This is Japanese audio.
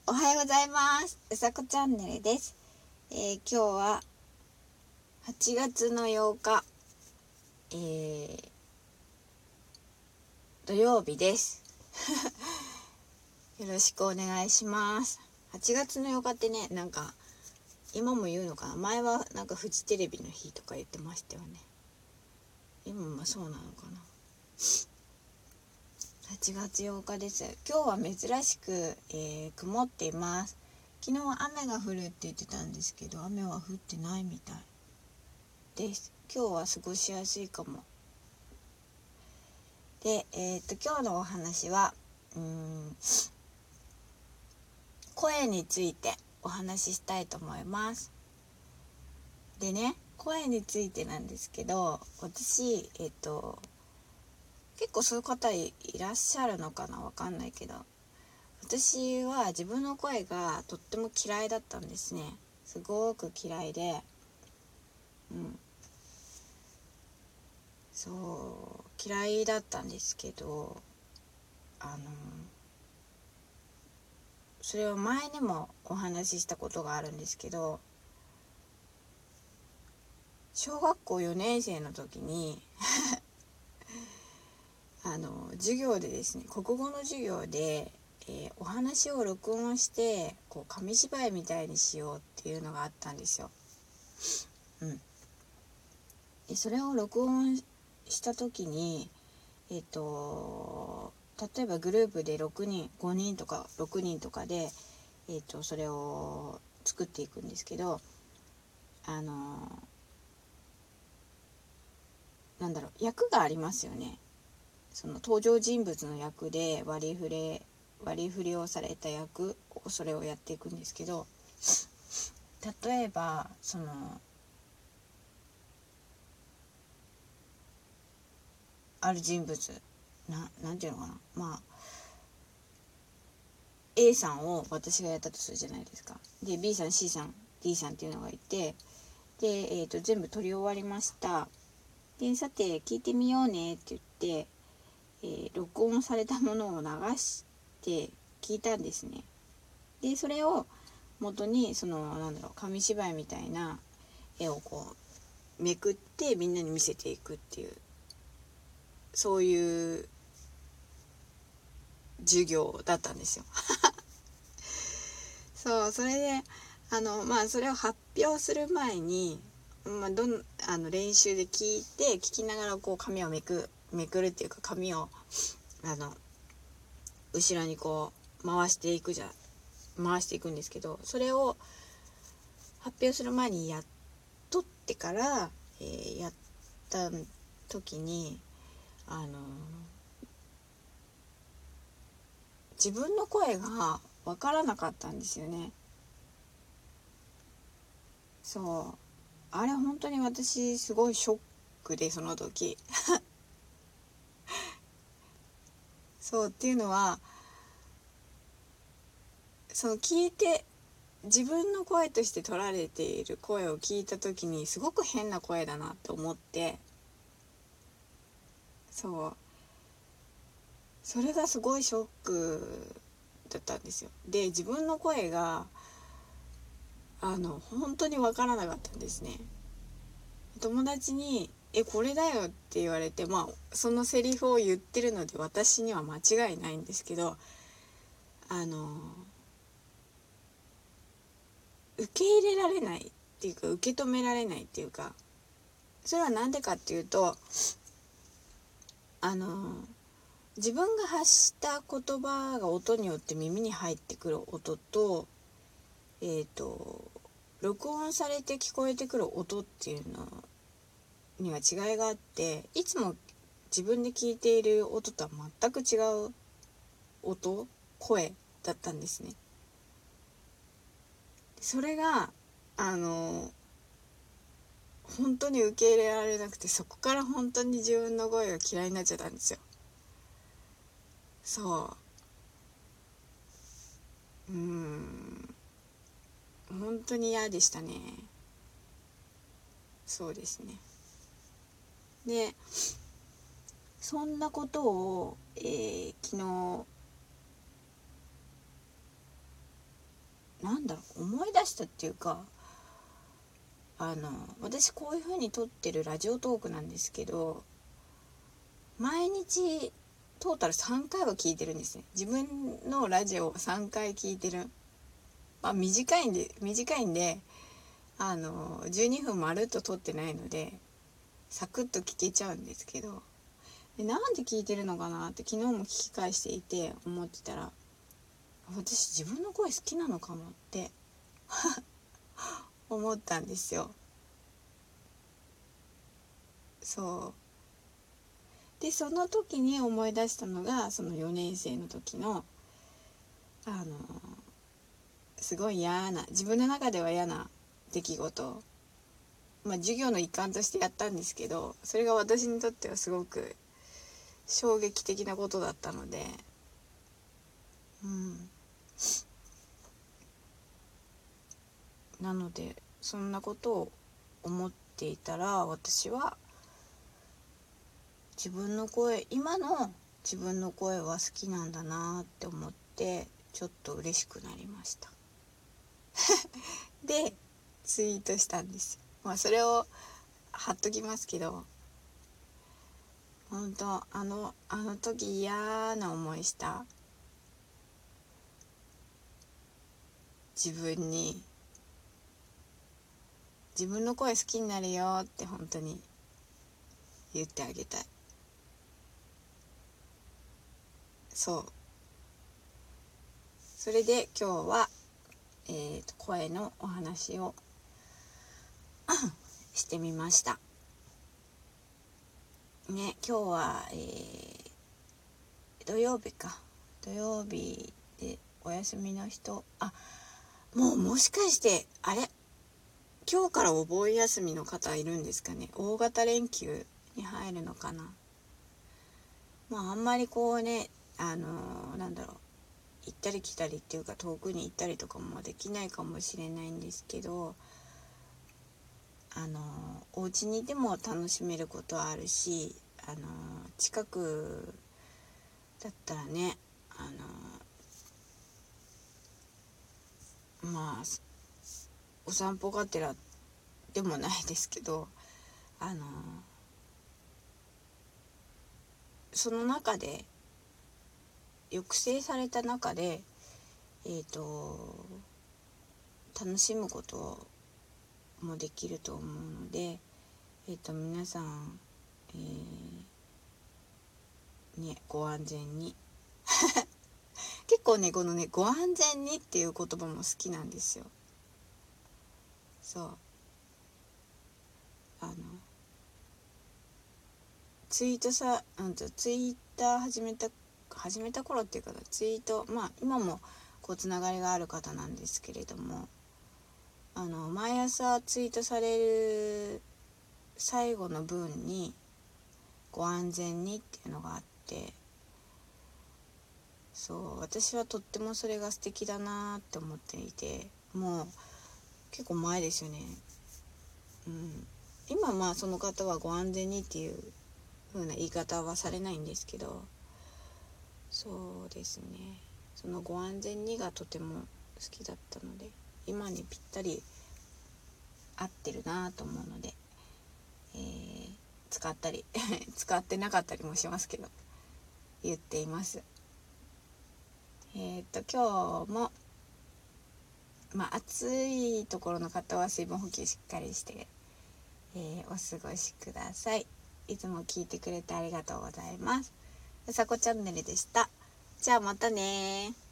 おはようございます。うさこチャンネルです。今日は8月の8日、土曜日です。よろしくお願いします。8月の8日ってね、なんか今も言うのかな。前はなんかフジテレビの日とか言ってましたよね。今もそうなのかな。8月8日です。今日は珍しく、曇っています。昨日は雨が降るって言ってたんですけど、雨は降ってないみたいです。今日は過ごしやすいかも。で、今日のお話は声についてお話ししたいと思います。でね、声についてなんですけど、私結構そういう方 いらっしゃるのかな、わかんないけど、私は自分の声がとっても嫌いだったんですね。すごく嫌いで、そう嫌いだったんですけど、それを前にもお話ししたことがあるんですけど、小学校4年生の時に授業でですね、国語の授業で、お話を録音してこう紙芝居みたいにしようっていうのがあったんですよ。でそれを録音した時に、例えばグループで6人5人とか6人とかで、それを作っていくんですけど、役がありますよね。その登場人物の役で割り振りをされた役をそれをやっていくんですけど、例えばある人物なんていうのかな、A さんを私がやったとするじゃないですか。で B さん C さん D さんっていうのがいて、で、全部撮り終わりました。でさて聞いてみようねって言って、録音されたものを流して聞いたんですね。でそれを元に紙芝居みたいな絵をこうめくってみんなに見せていくっていう、そういう授業だったんですよ。それでそれを発表する前に、練習で聞きながらこう紙をめくるっていうか、紙を後ろにこう回していくんですけど、それを発表する前に撮ってから、やった時に自分の声が分からなかったんですよね。あれ本当に私すごいショックで、その時っていうのは、聞いて自分の声として取られている声を聞いた時にすごく変な声だなと思って、それがすごいショックだったんですよ。で自分の声が本当に分からなかったんですね。友達にこれだよって言われて、そのセリフを言ってるので私には間違いないんですけど、受け入れられないっていうか、受け止められないっていうか、それは何でかっていうと、自分が発した言葉が音によって耳に入ってくる音と、録音されて聞こえてくる音っていうのには違いがあって、いつも自分で聞いている音とは全く違う声だったんですね。それが本当に受け入れられなくて、そこから本当に自分の声が嫌いになっちゃったんですよ。本当に嫌でしたね。そうですね。でそんなことを、昨日思い出したっていうか、私こういう風に撮ってるラジオトークなんですけど、毎日トータル3回は聞いてるんですね。自分のラジオを3回聞いてる。短いんで12分まるっと撮ってないのでサクッと聞けちゃうんですけど、なんで聞いてるのかなって昨日も聞き返していて思ってたら、私自分の声好きなのかもって思ったんですよ。でその時に思い出したのが、その4年生の時のすごい自分の中では嫌な出来事、授業の一環としてやったんですけど、それが私にとってはすごく衝撃的なことだったので、なのでそんなことを思っていたら、私は今の自分の声は好きなんだなって思ってちょっと嬉しくなりましたでツイートしたんですよ。それを貼っときますけど、本当あの時嫌な思いした自分に、自分の声好きになるよって本当に言ってあげたい。それで今日は、声のお話をしてみましたね。今日は、土曜日でお休みの人、もしかして今日からお盆休みの方いるんですかね。大型連休に入るのかな。あんまりこうね、行ったり来たりっていうか遠くに行ったりとかもできないかもしれないんですけど、お家にいても楽しめることはあるし、近くだったらね、お散歩がてらでもないですけど、その中で抑制された中で楽しむこともできると思うので、皆さん、ご安全に結構ね、このね、ご安全にっていう言葉も好きなんですよ。ツイッター始めた頃っていうか、ツイート、今もこうつながりがある方なんですけれども、毎朝ツイートされる最後の文にご安全にっていうのがあって、私はとってもそれが素敵だなって思っていて、もう結構前ですよね。今その方はご安全にっていう風な言い方はされないんですけど、そうですね、そのご安全にがとても好きだったので、今にぴったり合ってるなと思うので、使ったり使ってなかったりもしますけど言っています。今日も暑いところの方は水分補給しっかりして、お過ごしください。いつも聞いてくれてありがとうございます。うさこチャンネルでした。じゃあまたね。